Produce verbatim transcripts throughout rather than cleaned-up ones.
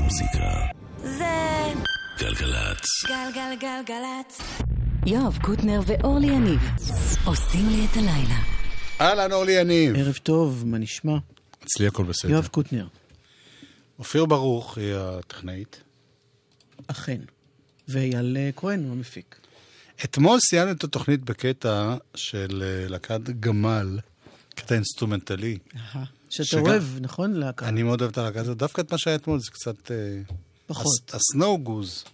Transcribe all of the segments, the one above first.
המוזיקה זה גלגלצ. גלגלגלגלצ. יואב קוטנר ואורלי יניב עושים לי את הלילה. אהלן אורלי יניב. ערב טוב, מה נשמע? אצלי הכל בסדר. יואב קוטנר. אופיר ברוך היא הטכנאית. אכן. ואייל כהן הוא המפיק. אתמול סיימנו את התוכנית בקטע של להקת גמל, קטע אינסטרומנטלי. שאתה שגם... אוהב, נכון? להקה. אני מאוד אוהב את הלהקה הזאת. דווקא את מה שהיה אתמול זה קצת... פחות. הסנואו גוז.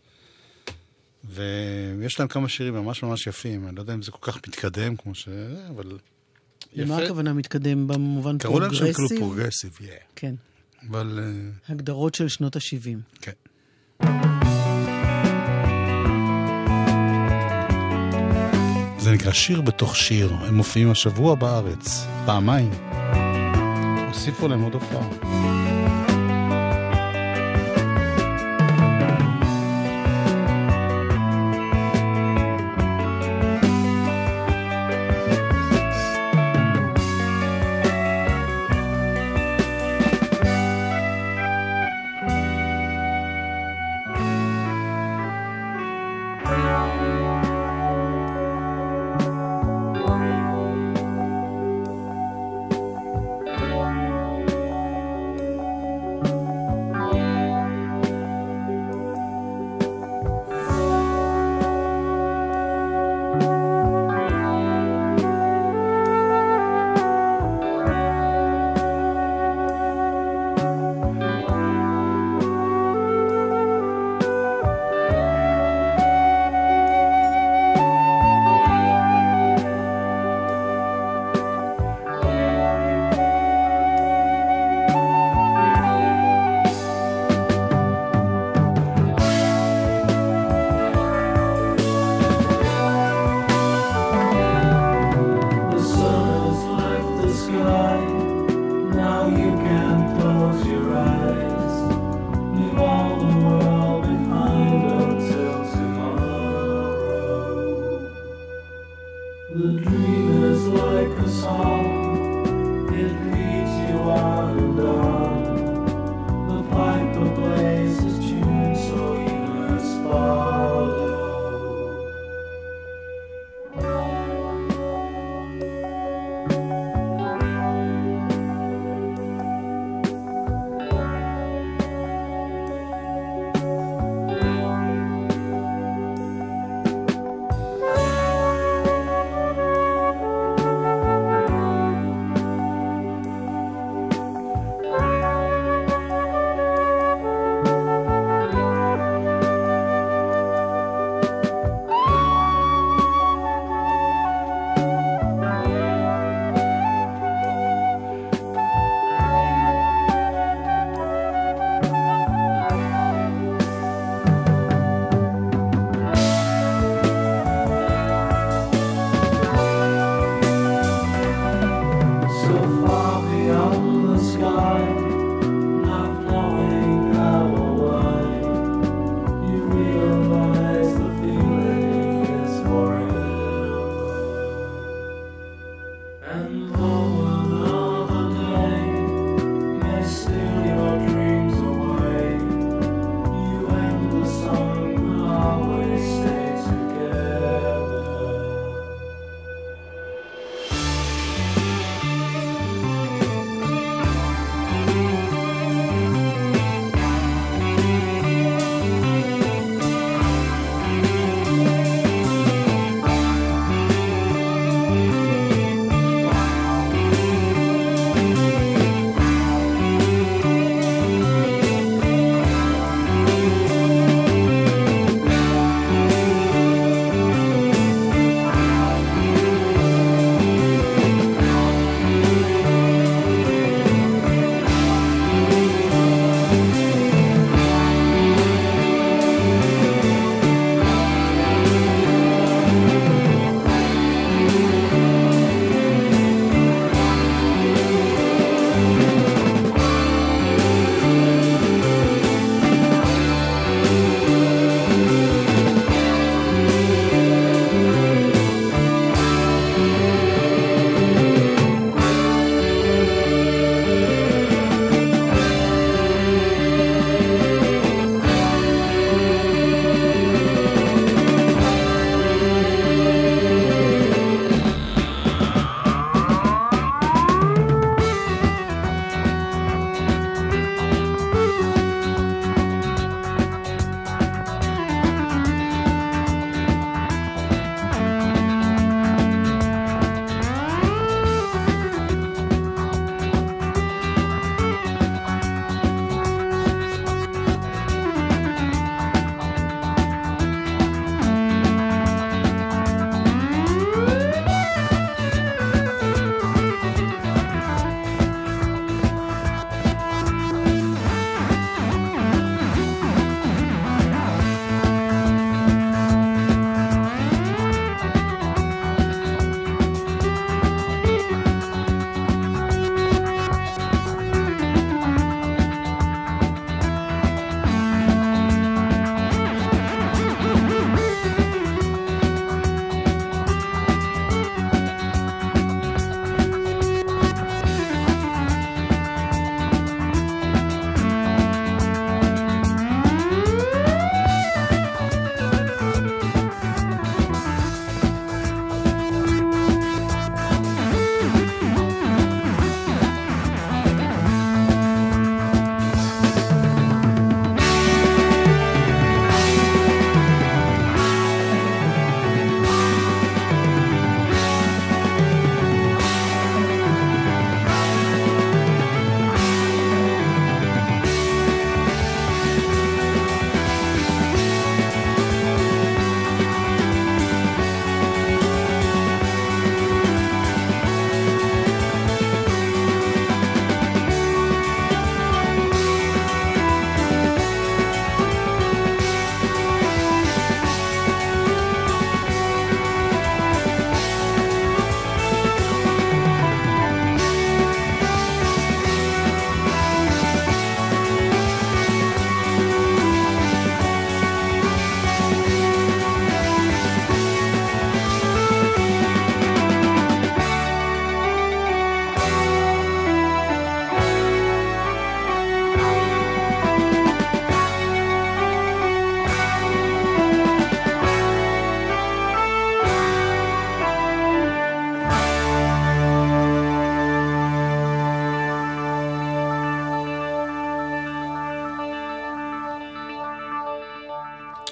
ויש להם כמה שירים ממש ממש יפים. אני לא יודע אם זה כל כך מתקדם כמו ש... אבל... למה הכוונה מתקדם במובן פרוגרסיב? קראו להם שם כאילו פרוגרסיב, yeah. כן. אבל... הגדרות של שנות ה-שבעים. כן. זה נקרא שיר בתוך שיר. הם מופיעים השבוע בארץ. פעמיים. הוסיפו להם עוד הופעה.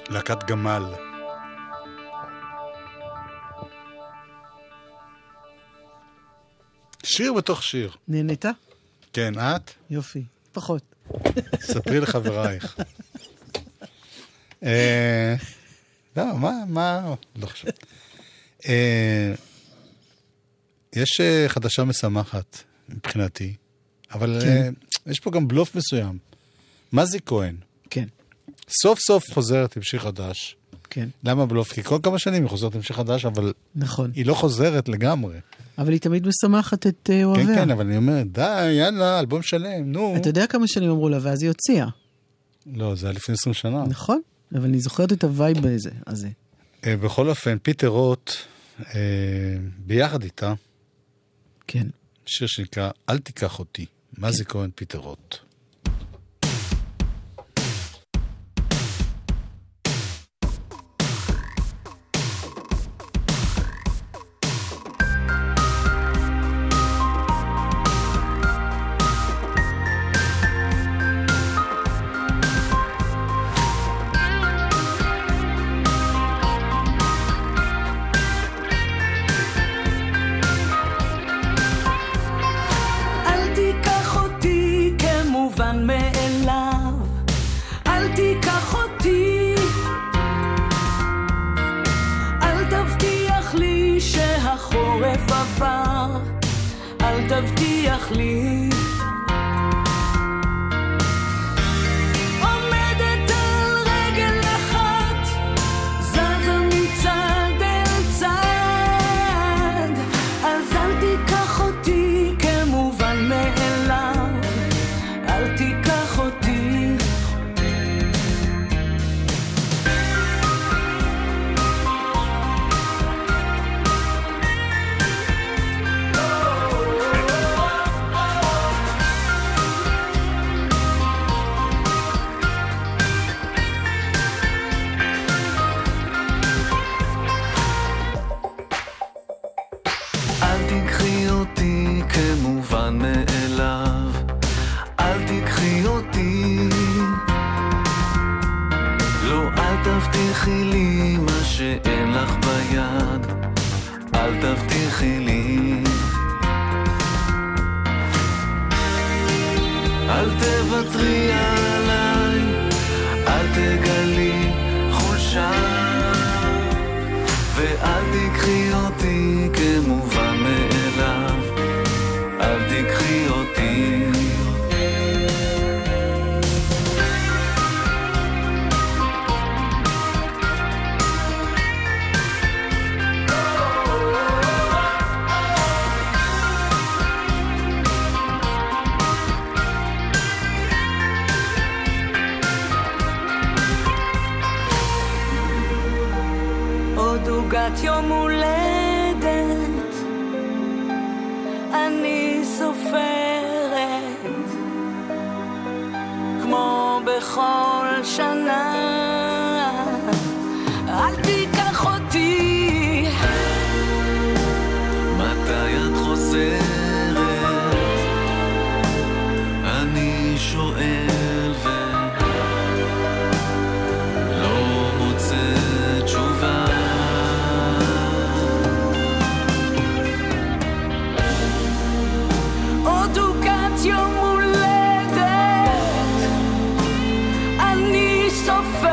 להקת גמל. שיר בתוך שיר. נהנית? כן, את? יופי, פחות. ספרי לחברייך. לא, מה, מה, לא חושב. יש חדשה משמחת מבחינתי, אבל יש פה גם בלוף מסוים. מזי כהן. כן. סוף סוף חוזרת עם שיר חדש. כן. למה בלוף? כי כל כמה שנים היא חוזרת עם שיר חדש, אבל נכון. היא לא חוזרת לגמרי. אבל היא תמיד משמחת את אוהביה. כן, כן, אבל אני אומר, די, יאללה, אלבום שלם, נו. אתה יודע כמה שנים אמרו לה, ואז היא הוציאה. לא, זה היה לפני עשרים שנה. נכון, אבל אני זוכרת את הווייב הזה. הזה. בכל אופן, פיטר רוט, ביחד איתה, כן. שיר שנקרא, אל תיקח אותי. מזי כהן, פיטר רוט. תבטיח לי עומדת על רגל אחת זזה מצד אל צד אז אל תיקח אותי כמובן מאליו אל תיקח אותי תבטיחי לי מה שאין לך ביד אל תבטיחי לי אל תוותרי עליי אל תגלי חולשה ואל תקחי אותי כמובן מאליו אל תקחי אותי עוגת יום הולדת אני סופרת כמו בכל שנה אל תיקח אותי מתי את חוזרת אני שואל ולא מוצא תשובה יום הולדת אני סופרת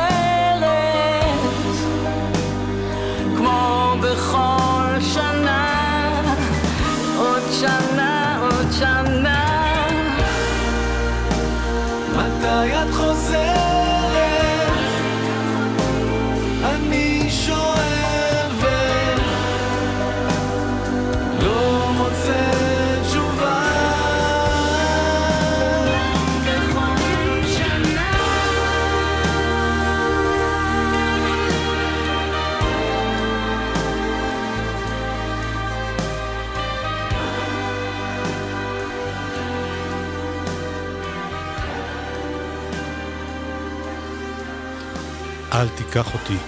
כמו בכל שנה עוד שנה עוד שנה מתי את חוזרת אני שואל ולא מוצא תשובה אל תיקח אותי.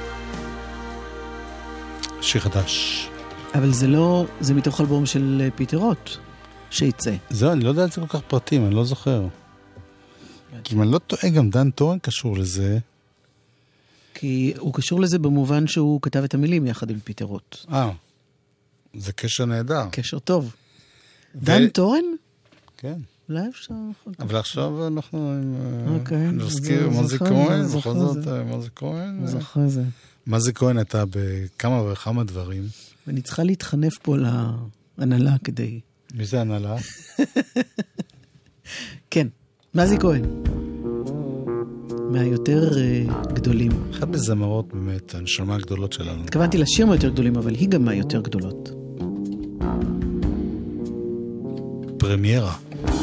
שיר חדש. אבל זה לא, זה מתוך אלבום של פיטר רוט שיצא. זהו, אני לא יודע על זה כל כך פרטים, אני לא זוכר. כי אם אני לא טועה, גם דן טורן קשור לזה. כי הוא קשור לזה במובן שהוא כתב את המילים יחד עם פיטר רוט. אה, זה קשר נהדר. קשר טוב. דן טורן? כן. אולי אפשר... אבל עכשיו אנחנו אוקיי. נזכיר מוזי כהן, בכל זאת מוזי כהן. זוכר זה. מוזי כהן הייתה בכמה וכמה דברים. ואני צריכה להתחנף פה להנהלה כדי... מי זה הנהלה? כן, מוזי כהן. מהיותר גדולים. אחת בזמרות באמת, הנשמה הגדולות שלנו. התכוונתי לשיר מהיותר גדולים, אבל היא גם מהיותר גדולות. פרמיירה.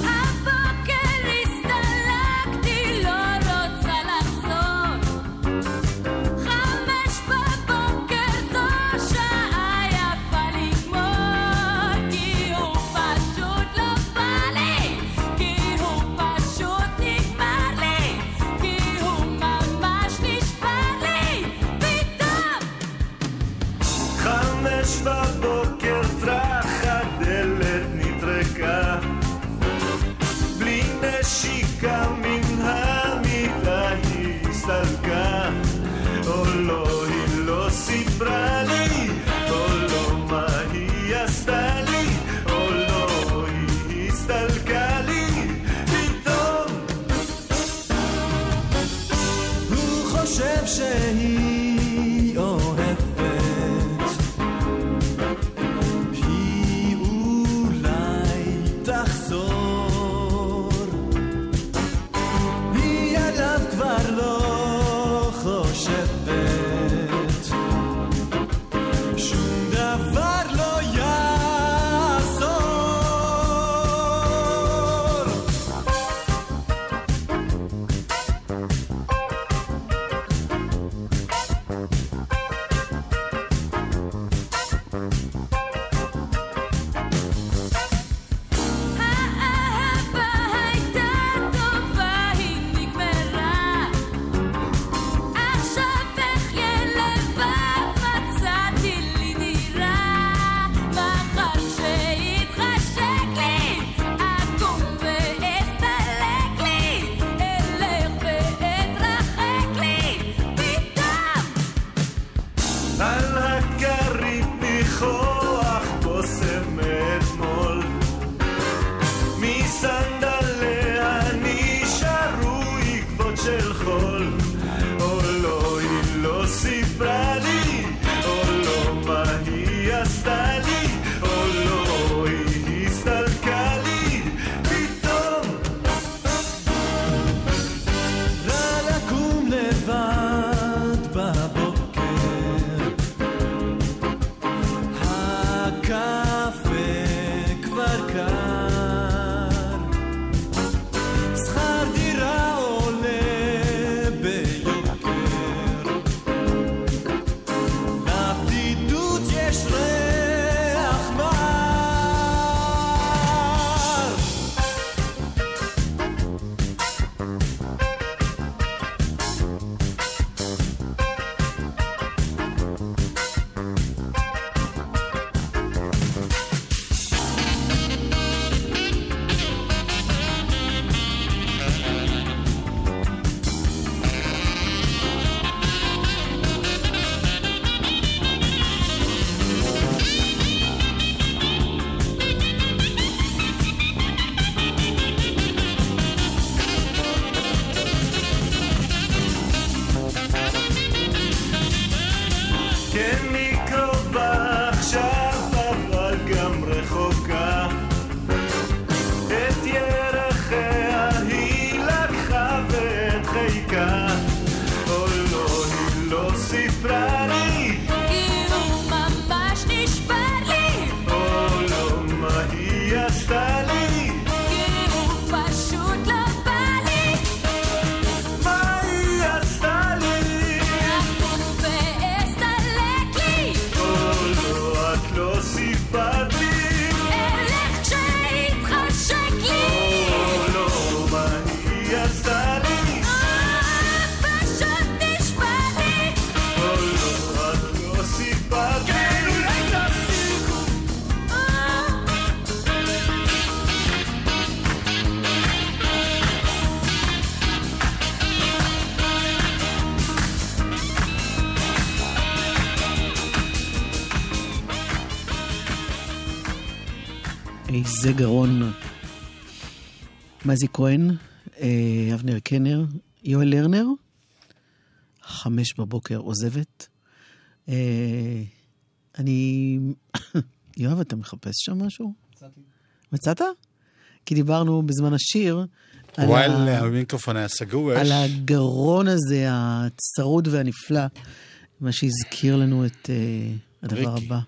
שהיא אוהבת, היא אולי תחזור, היא עליו כבר לא חושבת, שום דבר לא יעזור. עשתה לי, פשוט נשבע לי, זה גרון. מזי כהן, אבנר קנר, יואל לרנר, חמש בבוקר עוזבת. אני... יואב, אתה מחפש שם משהו? מצאתי. מצאת? כי דיברנו בזמן השיר וואל, המיקרופון היה סגור. על הגרון הזה, הצרוד והנפלא, מה שהזכיר לנו את הדבר הבא.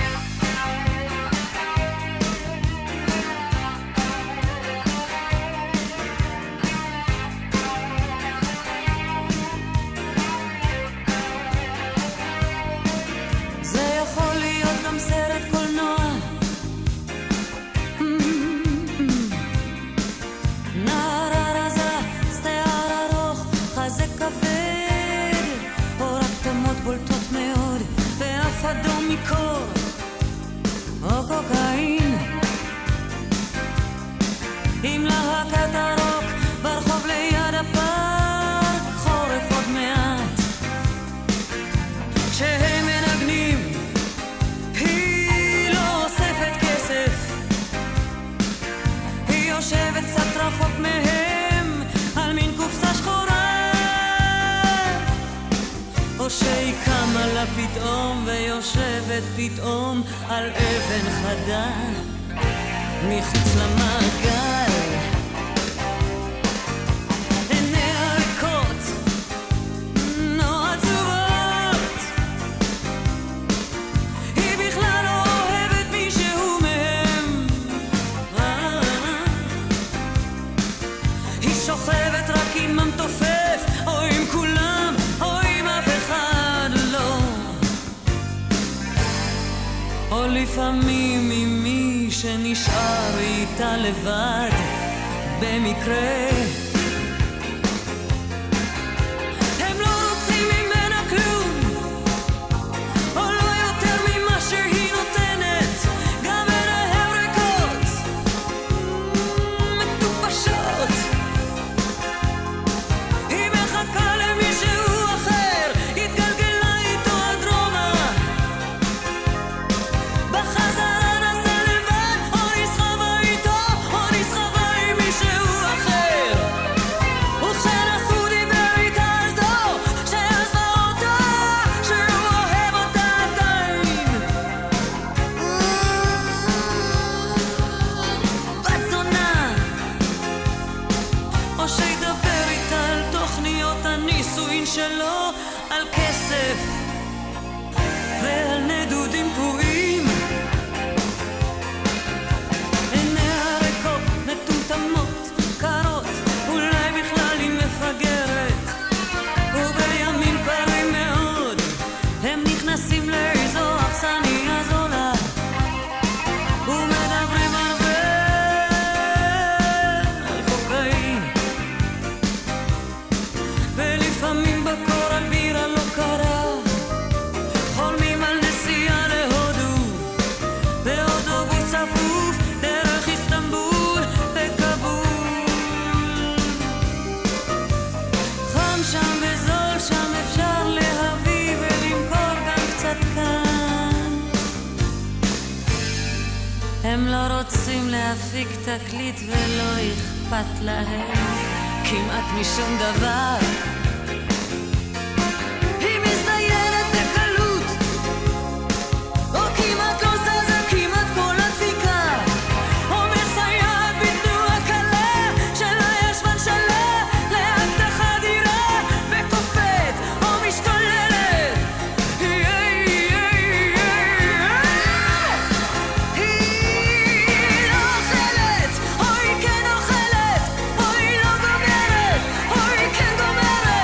פתאום ויושבת פתאום על אבן חדה מחוץ למעגל, עיניה ריקות נורא עצובות, היא בכלל לא אוהבת מישהו מהם, היא שוכבת רק עם המתופף או עם כולם או עם אף אחד לא, או לפעמים עם מי שנשאר איתה לבד במקרה. הם לא רוצים ממנה כלום, או לא יותר ממה שהיא נותנת, גם עיניהם ריקות מטופשות, היא מחכה למישהו אחר, התגלגלה איתו עד רומא, בחזרה נסע לבד, או נסחבה איתו, או נסחבה עם מישהו אחר, וכשנסעו דיבר איתה על זו שעזבה אותה, שהוא אוהב אותה עדיין, בת זונה, או שידבר איתה על תוכניות הנישואין שלו, על כסף ועל נדודים קבועים, עיניה ריקות מטומטמות קרות, אולי בכלל היא מפגרת, ובימים קרים מאוד הם נכנסים לאיזו אכסניה זולה ומדברים הרבה על קוקאין, ולפעמים בקור על בירה לא קרה, חולמים על נסיעה להודו באוטובוס צפוף דרך איסטנבול וכבול, חם שם וזול שם, אפשר להביא ולמכור גם קצת כאן, הם לא רוצים להפיק תקליט ולא אכפת להם כמעט משום דבר, היא מזדיינת בקלות, או כמעט לא זזה כמעט כל הדפיקה, או מסייעת בתנועה קלה של הישבן שלה לאקט חדירה וקופאת או משתוללת, היא לא אוכלת, או היא כן אוכלת, או היא לא גומרת, או היא כן גומרת,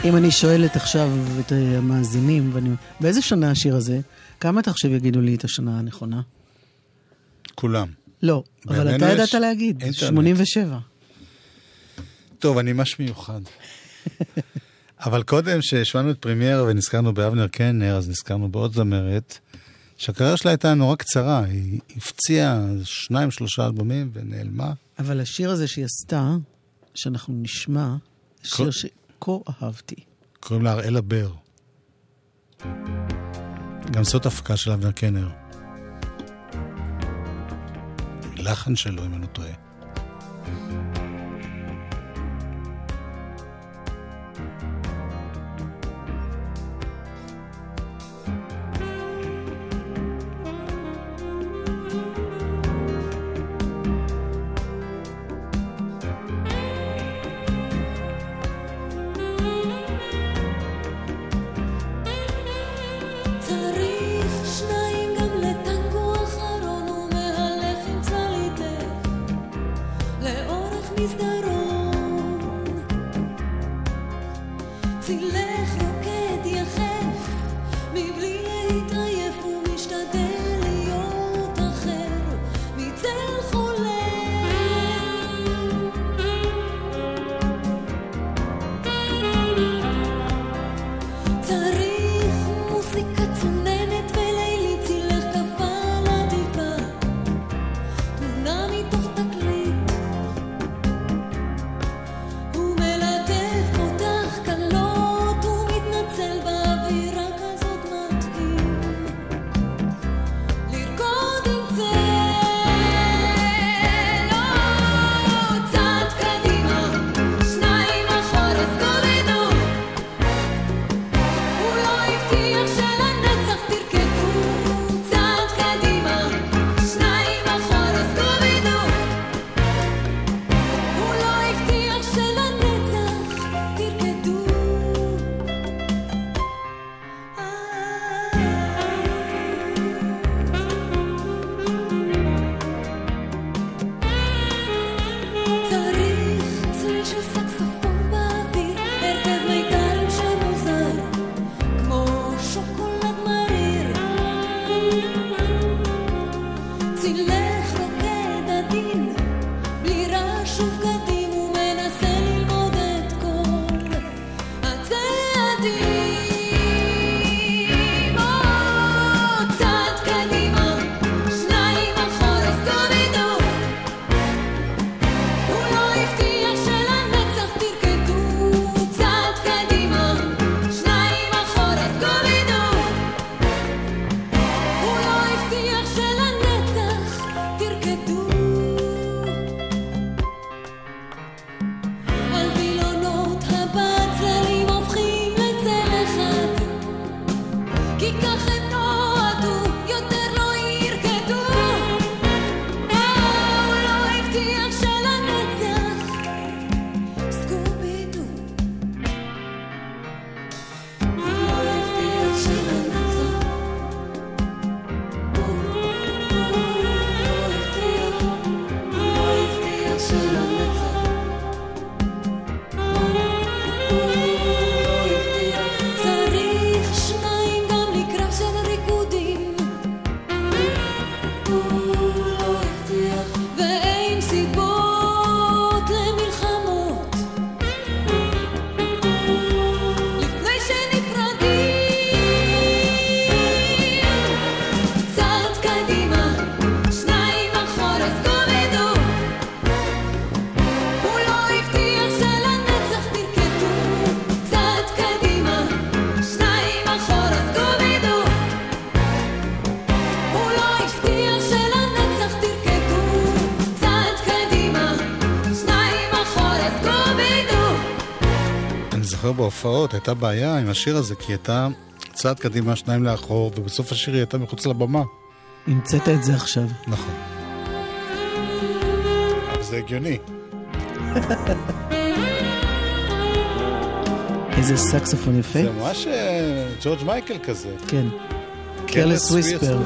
אם אני שואלת עכשיו את המאזינים, ואני... באיזה שנה השיר הזה? כמה אתה חושב יגידו לי את השנה הנכונה? כולם. לא, אבל אתה ידעת להגיד, שמונים ושבע. טוב, אני מש מיוחד. אבל קודם שהשמענו את פרימייר ונזכרנו באבנר קנר, אז נזכרנו בעוד זמרת, שהקריירה שלה הייתה נורא קצרה, היא הפציעה שניים, שלושה אלבומים ונעלמה. אבל השיר הזה שהיא עשתה, שאנחנו נשמע, שיר שכה אהבתי. קוראים לה אראלה בר. גם זאת הפקה של אבנר קנר. לחן שלו, אם אני טועה. בהופעות הייתה בעיה עם השיר הזה, כי הייתה צעד קדימה, שניים לאחור, ובסוף השיר היא הייתה מחוץ לבמה. המצאת את זה עכשיו. נכון. אבל זה הגיוני. איזה סקסופון יפה. זה ממש ג'ורג' מייקל כזה. כן. קרלס וויספר.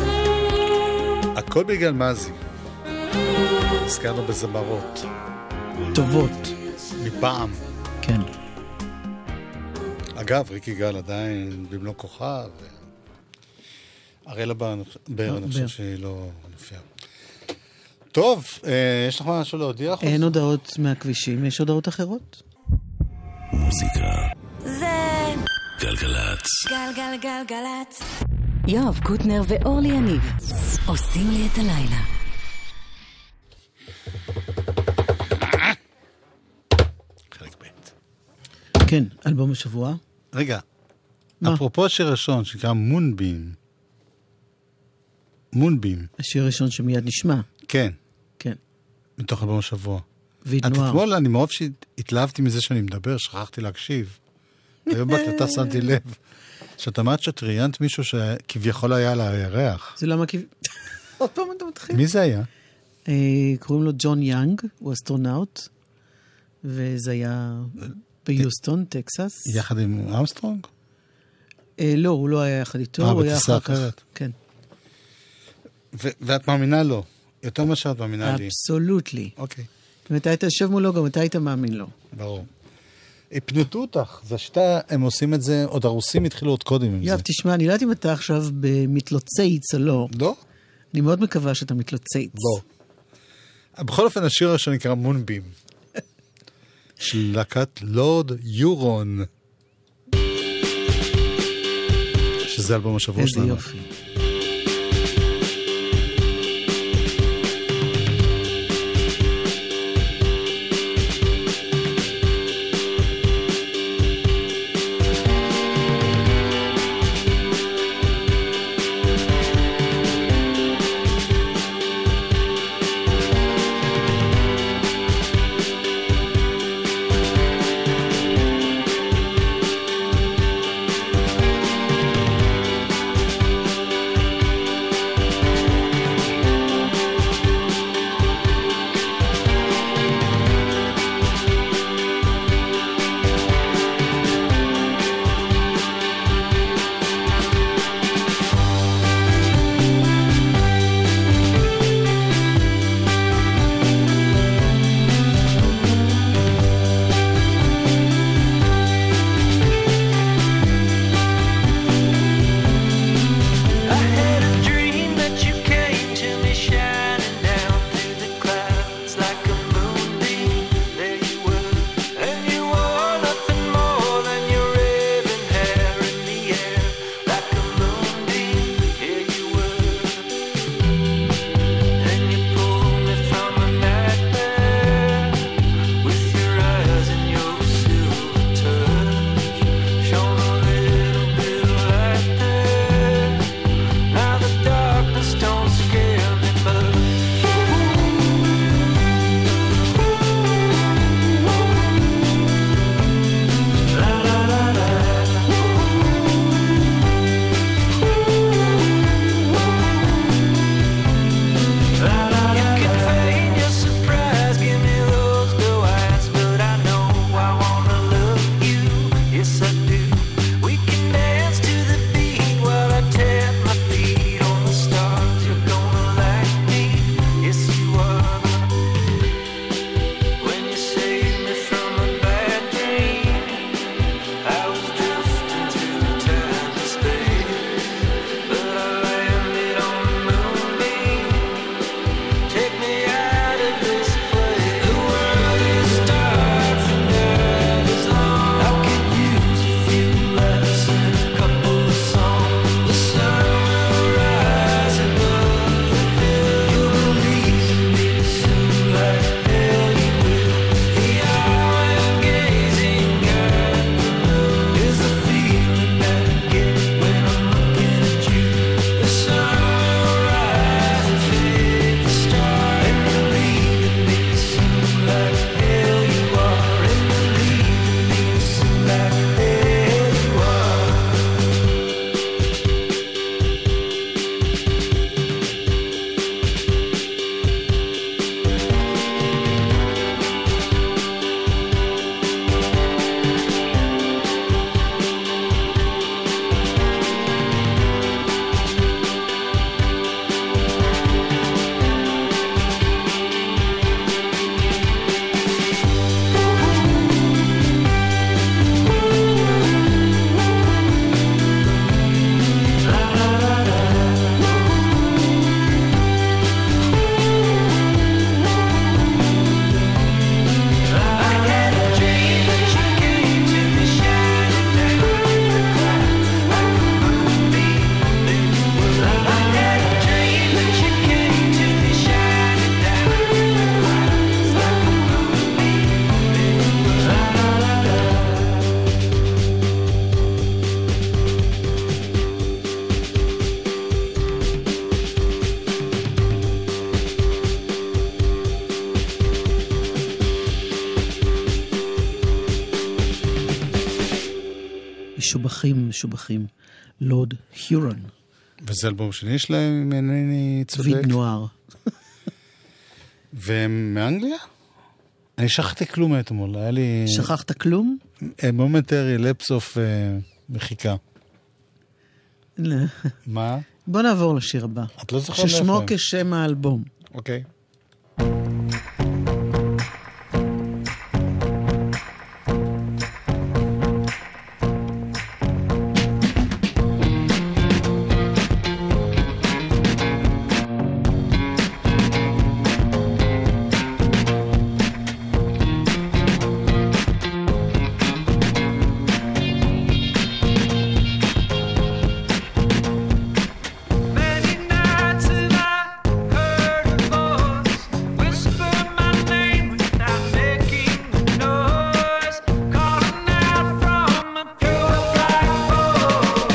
הכל בגלל מזי. הזכרנו בזמרות. טובות. מפעם. כן. אגב, ריק יגאל עדיין במלוא כוחה, אראלה בר, אני חושב שהיא לא מופיעה. טוב, יש לך משהו להודיע? אין הודעות מהכבישים, יש הודעות אחרות? מוזיקה. זה גלגלצ. גלגלגלגלצ. יואב קוטנר ואורלי יניב עושים לי את הלילה. חלק ב'. כן, אלבום השבוע. רגע, מה? אפרופו השיר ראשון שנקרא מונבים. מונבים. השיר הראשון שמיד נשמע. כן, כן. מתוך אלבום השבוע. ויד את נוער. אתמול, אני מרוב שהתלהבתי מזה שאני מדבר, שכחתי להקשיב. היום בהקלטה שמתי לב, שאת אמרת שאת ראיינת מישהו שכביכול היה על הירח. זה למה כביכול... עוד פעם אתה מתחיל. מי זה היה? אה, קוראים לו ג'ון יאנג, הוא אסטרונאוט, וזה היה ביוסטון, טקסס. יחד עם אמסטרונג? אה, לא, הוא לא היה יחד איתו, אה, הוא היה בטיסה אחר כך. אחרת. כן. ו- ואת מאמינה לו, יותר מאשר את מאמינה לי. אבסולוטלי. אוקיי, אם אתה היית יושב מולו, גם אתה היית מאמין לו. ברור. הפנטו אותך, זו השיטה, הם עושים את זה, עוד הרוסים התחילו עוד קודם עם יואב, זה. תשמע, אני לא יודעת אם אתה עכשיו במתלוצץ או לא. לא? אני מאוד מקווה שאתה מתלוצץ. לא. בכל אופן, השיר הראשון נקרא מונבים. של להקת לורד יורון. שזה אלבום השבוע איזה שלנו. יופי. Thank משובחים, משובחים. לורד היורון. וזה אלבום שני שלהם, אם אינני צודק. ויד נואר. והם מאנגליה? אני שכחתי כלום מאתמול, היה לי... שכחת כלום? מומנטרי, לפסוף מחיקה. לא. מה? בוא נעבור לשיר הבא. את לא זוכרת מאיפה. ששמו כשם האלבום. אוקיי. Many nights and I heard a voice whisper my name without making a noise, calling out from a pure black hole.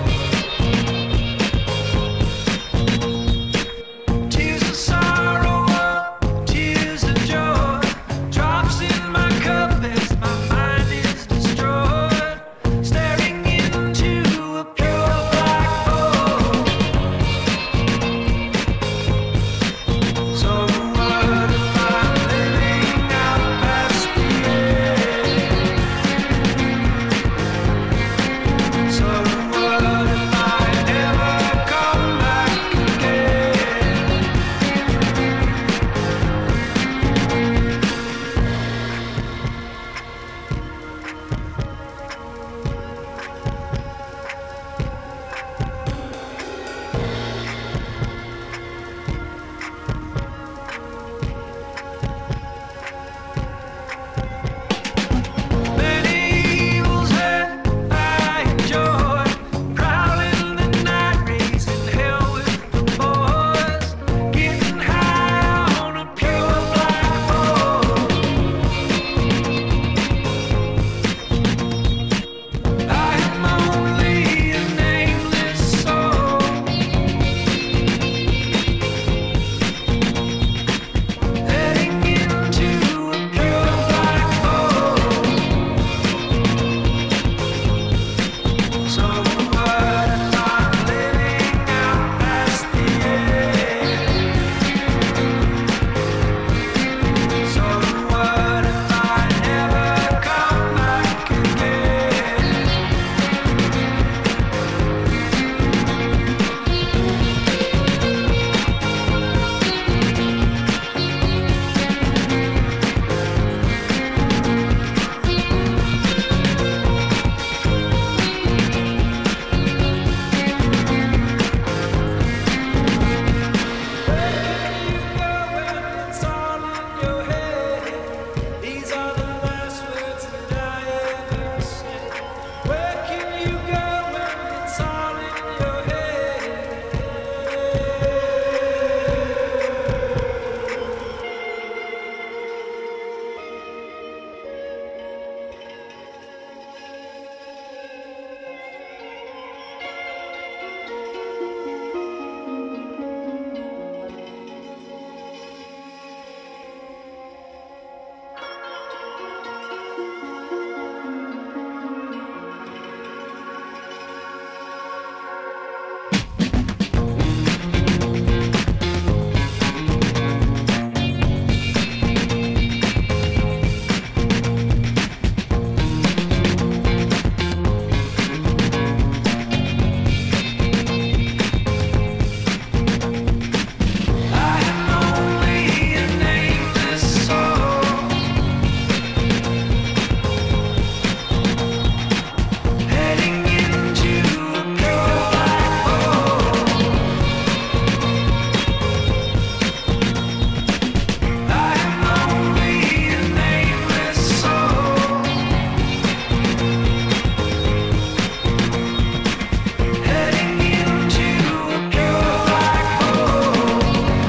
Tears of sorrow, tears of joy, drops in my cup as my mind is destroyed, staring into a pure black hole. So what if I'm living out past the end? So what if I never come back again? Many evils that I enjoyed, prowling the night, raising hell with the boys, getting high on a pure black hole. I am only a nameless soul, heading into a pure black hole. So what if I'm living out past the end? So what if I never come back again? It's all in your head. These are the last words that I ever said. Where can you go when it's all in your head? I am only a nameless soul, heading into a pure black hole. I am only a nameless soul, heading into a pure black hole.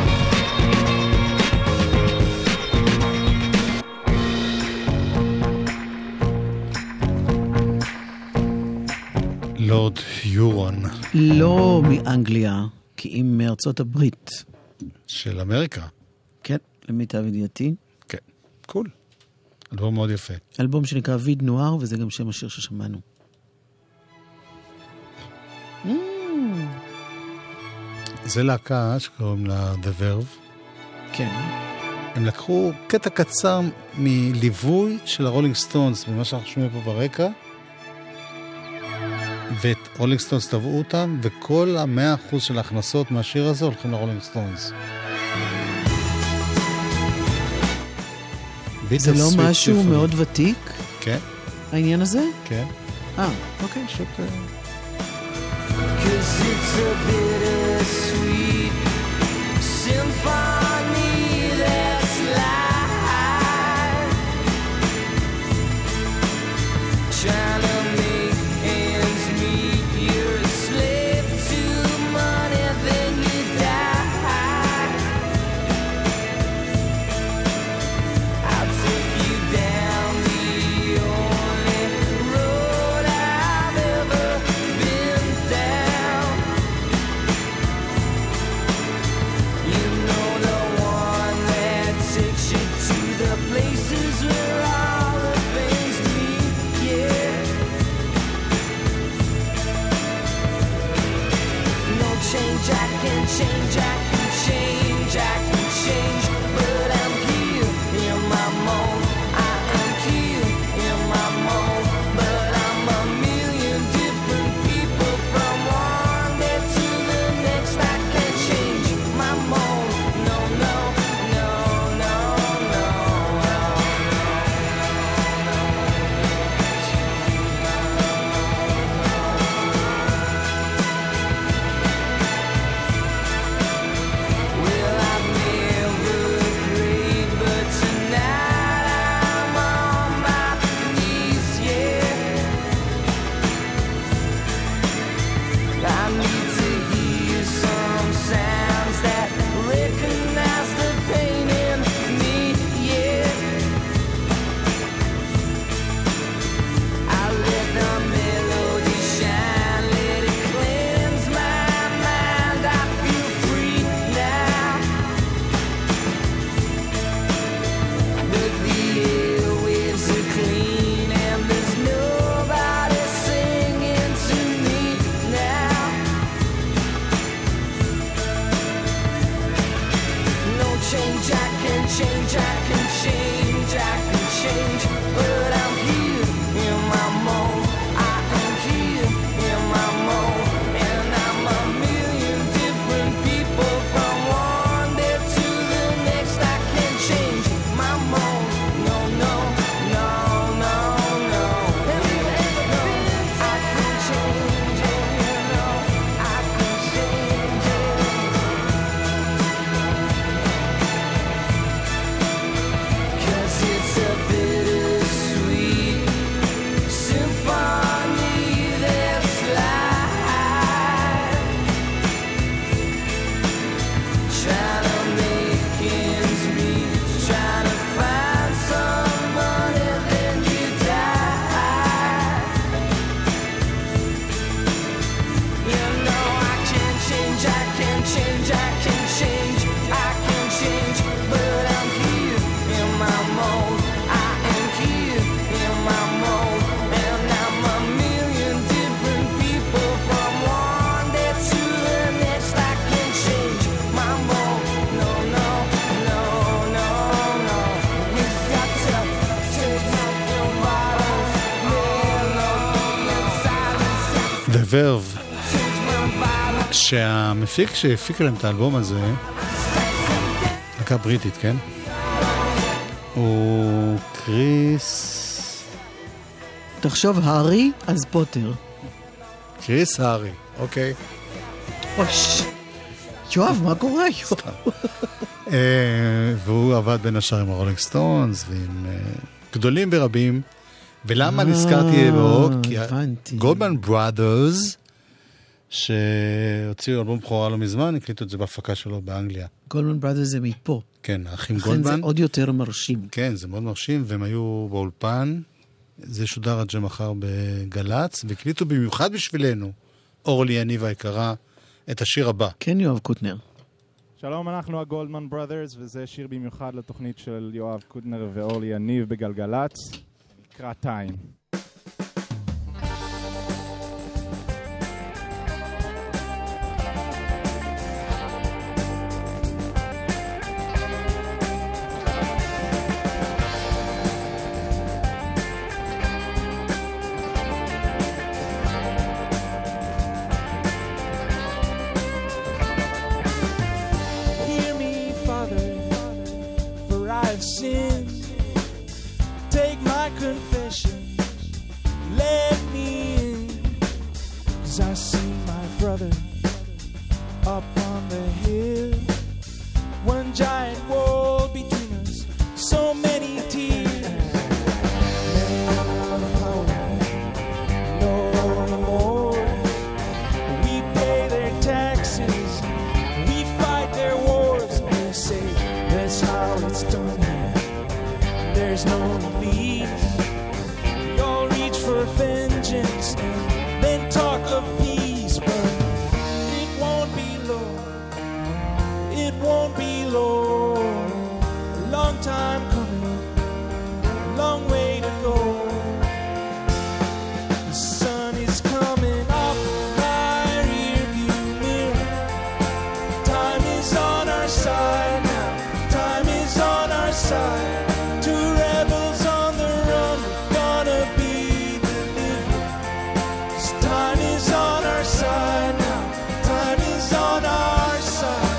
לורד היורון לא מאנגליה, כי אם מארצות הברית. של אמריקה. כן, למיטב ידיעתי. כן, קול. אלבום מאוד יפה. אלבום שנקרא ויד נואר, וזה גם שם השיר ששמענו. זה להקה שקוראים לה The Verve. כן. הם לקחו קטע קצר מליווי של הרולינג סטונס, ממה שאנחנו שומעים פה ברקע, ואת רולינג סטונס טבעו אותם, וכל המאה אחוז של ההכנסות מהשיר הזה הולכים לרולינג סטונס. זה לא משהו מאוד ותיק? כן. העניין הזה? כן. אה, אוקיי. פשוט... Cause it's a bittersweet symphony that's live, trying to make ends meet. You're a slave to money, then you die. I'll take you down the only road I've ever been down. You know, the one that takes you to the places where all the things meet, yeah. No change, I can change, I can change, I can change, but I'm here in my mold. I am here in my mold, but I'm a million different people from one day to the next. I can't change my mold. No, no, no, no, no, no. Well, I've never prayed, but tonight I'm on my knees, yeah. I need to hear some sounds that recognize the pain in me, yeah. I let the melody shine, let it cleanse my mind. I feel free now. But the airwaves are clean and there's nobody singing to me now. No change, I can change, I can change, I can change, but I'm here in my mold. I am here in my mold, and I'm a million different people from one day to the next. I can change my mold. No, no, no, no, no. Have you ever been? I can change it, you know. I can change it. Cause it's a bittersweet symphony that's live, trying to make ends meet, trying to find some money, then you die. You know, I can change, I can change, I can change, I can change, but I'm here in my mold. I am here in my mold, and I'm a million different people from one day to the next. I can change my mold. No, no, no, no, no. You've got to change my own bottles, melody and silence. The Verve, Change my bottles. שהמפיק שהפיק להם את האלבום הזה, להקה בריטית, כן? הוא קריס... תחשוב הארי, אז פוטר. קריס הארי, אוקיי. אוש. יואב, מה קורה? יואב? אה, והוא עבד בין השאר עם הרולינג סטונס ועם אה, גדולים ורבים. ולמה נזכרתי בו? כי הבנתי. גולדמן ברודרס, שהוציאו אלבום בכורה לא מזמן, הקליטו את זה בהפקה שלו באנגליה. גולדמן ברודרס זה מפה. כן, האחים לכן זה גולדמן. עוד יותר מרשים. כן, זה מאוד מרשים, והם היו באולפן. זה שודר עד שמחר בגלץ, והקליטו במיוחד בשבילנו, אורלי יניב היקרה, את השיר הבא. כן, יואב קוטנר. שלום, אנחנו הגולדמן ברודרס, וזה שיר במיוחד לתוכנית של יואב קוטנר ואורלי יניב בגלגלץ, נקרא טיים. as I see my brother up on the hill. One giant wall between us, so many tears. Men of power, no more. We pay their taxes, we fight their wars. They say that's how it's done here. There's no release. We all reach for vengeance and then talk of peace, but it won't be long. It won't be long. A long time coming, a long way to go. The sun is coming up my rear view mirror. Time is on our side now. Time is on our side. Two rebels on the run, we're gonna be delivered. 'Cause time is on our side now. Time is on our side.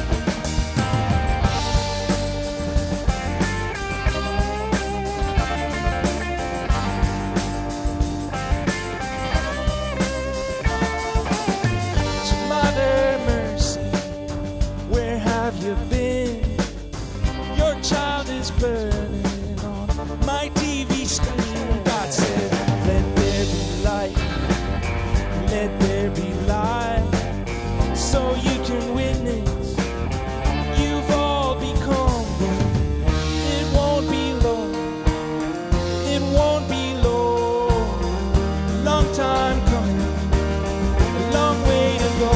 So Mother Mercy, where have you been? Your child is burning on my T V screen. God said, let there be light, let there be light, so you can witness you've all become one. It won't be long, it won't be long. Long time coming, a long way to go.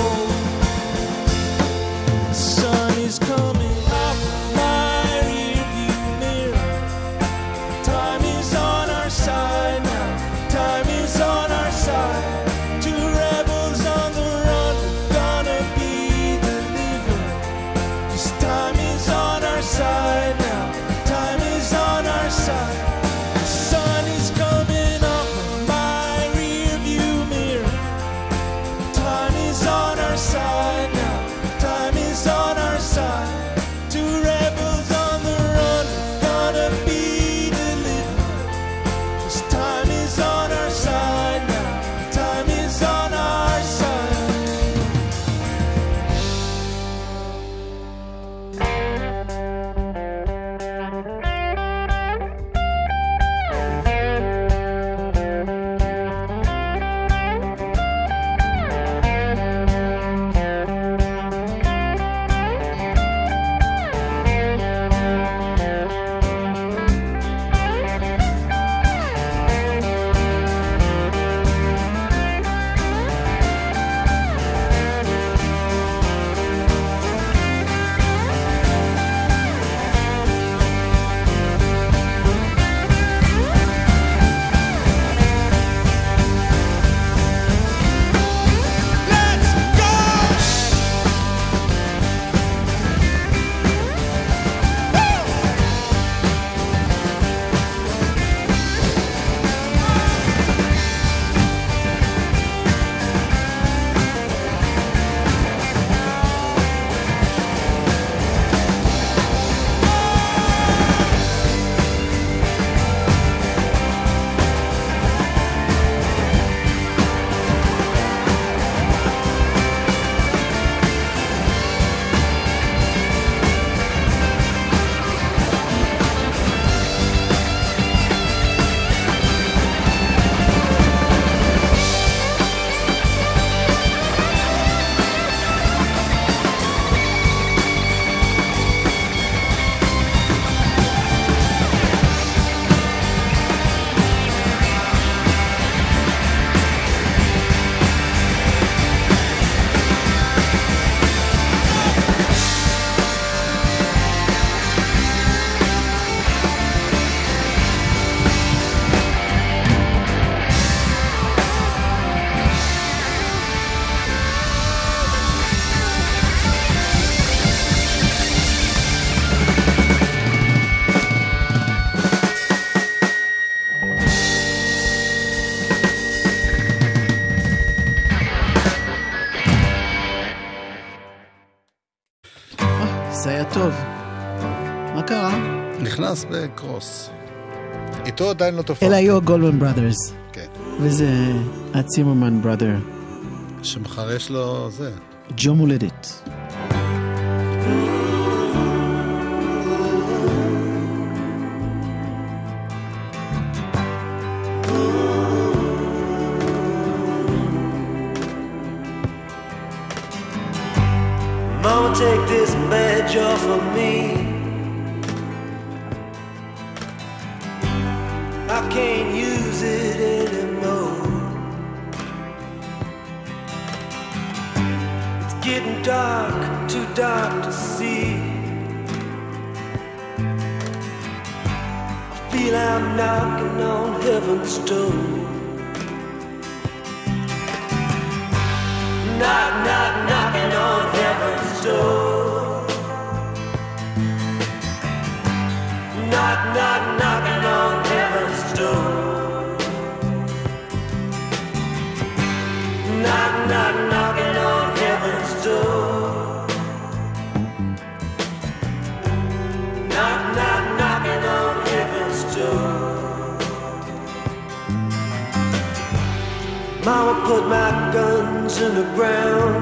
The sun is coming up my rear view mirror. Time is on our side now. Time is on our side. Two rebels on the run, we're gonna be delivered. 'Cause time is on our side now. Time is on our side. The sun is coming up my rear view mirror. Time is on our side now. Time is on our side. Two rebels on the run, we're gonna be delivered. 'Cause time is on our side now. Time is on our side. זה היה טוב. מה קרה? נכנס בקרוס. איתו עדיין לא תופס. אלה היו הגולדמן בראדרס. כן. וזה הצימרמן בראדר. שמחר יש לו זה. ג'ו מולדת. Mama, take this badge off of me. I can't use it anymore. It's getting dark, too dark to see. I feel I'm knocking on heaven's door. Knock, knock, knocking on heaven's door. Knock, knock, knocking on heaven's door. Knock, knock, knocking on heaven's door. Knock, knock, knocking on heaven's door. Mama put my guns in the ground.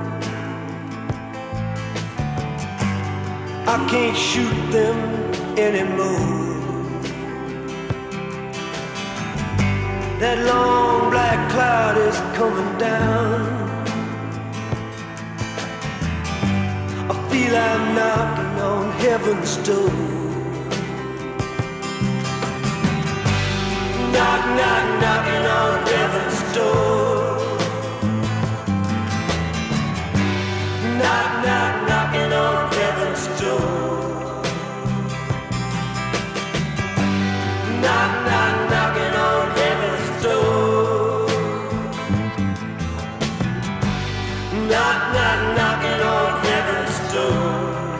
I can't shoot them anymore. That long black cloud is coming down. I feel I'm knocking on heaven's door. Knock, knock, knocking on heaven's door. Knock, knock, knocking on heaven's door. Knock, knock, knocking on heaven's door. Knock, knock, knocking on heaven's door.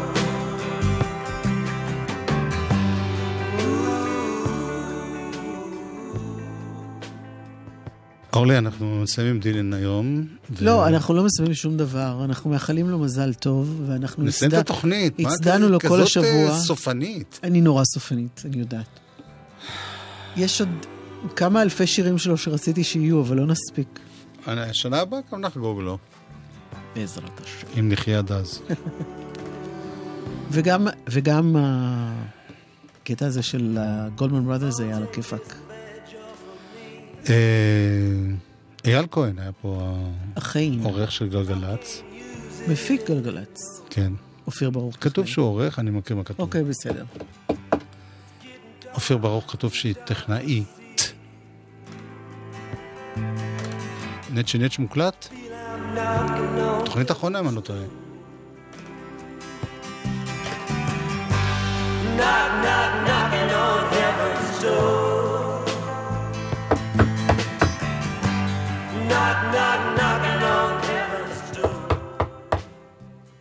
אורלי, אנחנו מסיימים דילן היום. לא, אנחנו לא מסיימים שום דבר. אנחנו מאחלים לו מזל טוב, ואנחנו נסיים את התוכנית. הצדענו לו כל השבוע. כזאת סופנית. אני נורא סופנית, אני יודעת. יש עוד כמה אלפי שירים שלו שרציתי שיהיו, אבל לא נספיק. השנה הבאה גם נחגוג לו. בעזרת השם. אם נחיה עד אז. וגם, וגם הקטע הזה של גולדמן בראדרס היה על הכיפק. אייל כהן היה פה החיים. העורך של גלגלץ. מפיק גלגלץ. כן. אופיר ברוך. כתוב שהוא עורך, אני מכיר מה כתוב. אוקיי, בסדר. אופיר ברוך כתוב שהיא טכנאית. נצ'י נצ' מוקלט? תוכנית אחרונה, אם אני לא טועה. Knock, knock, knocking on heaven's door. Knock, knock.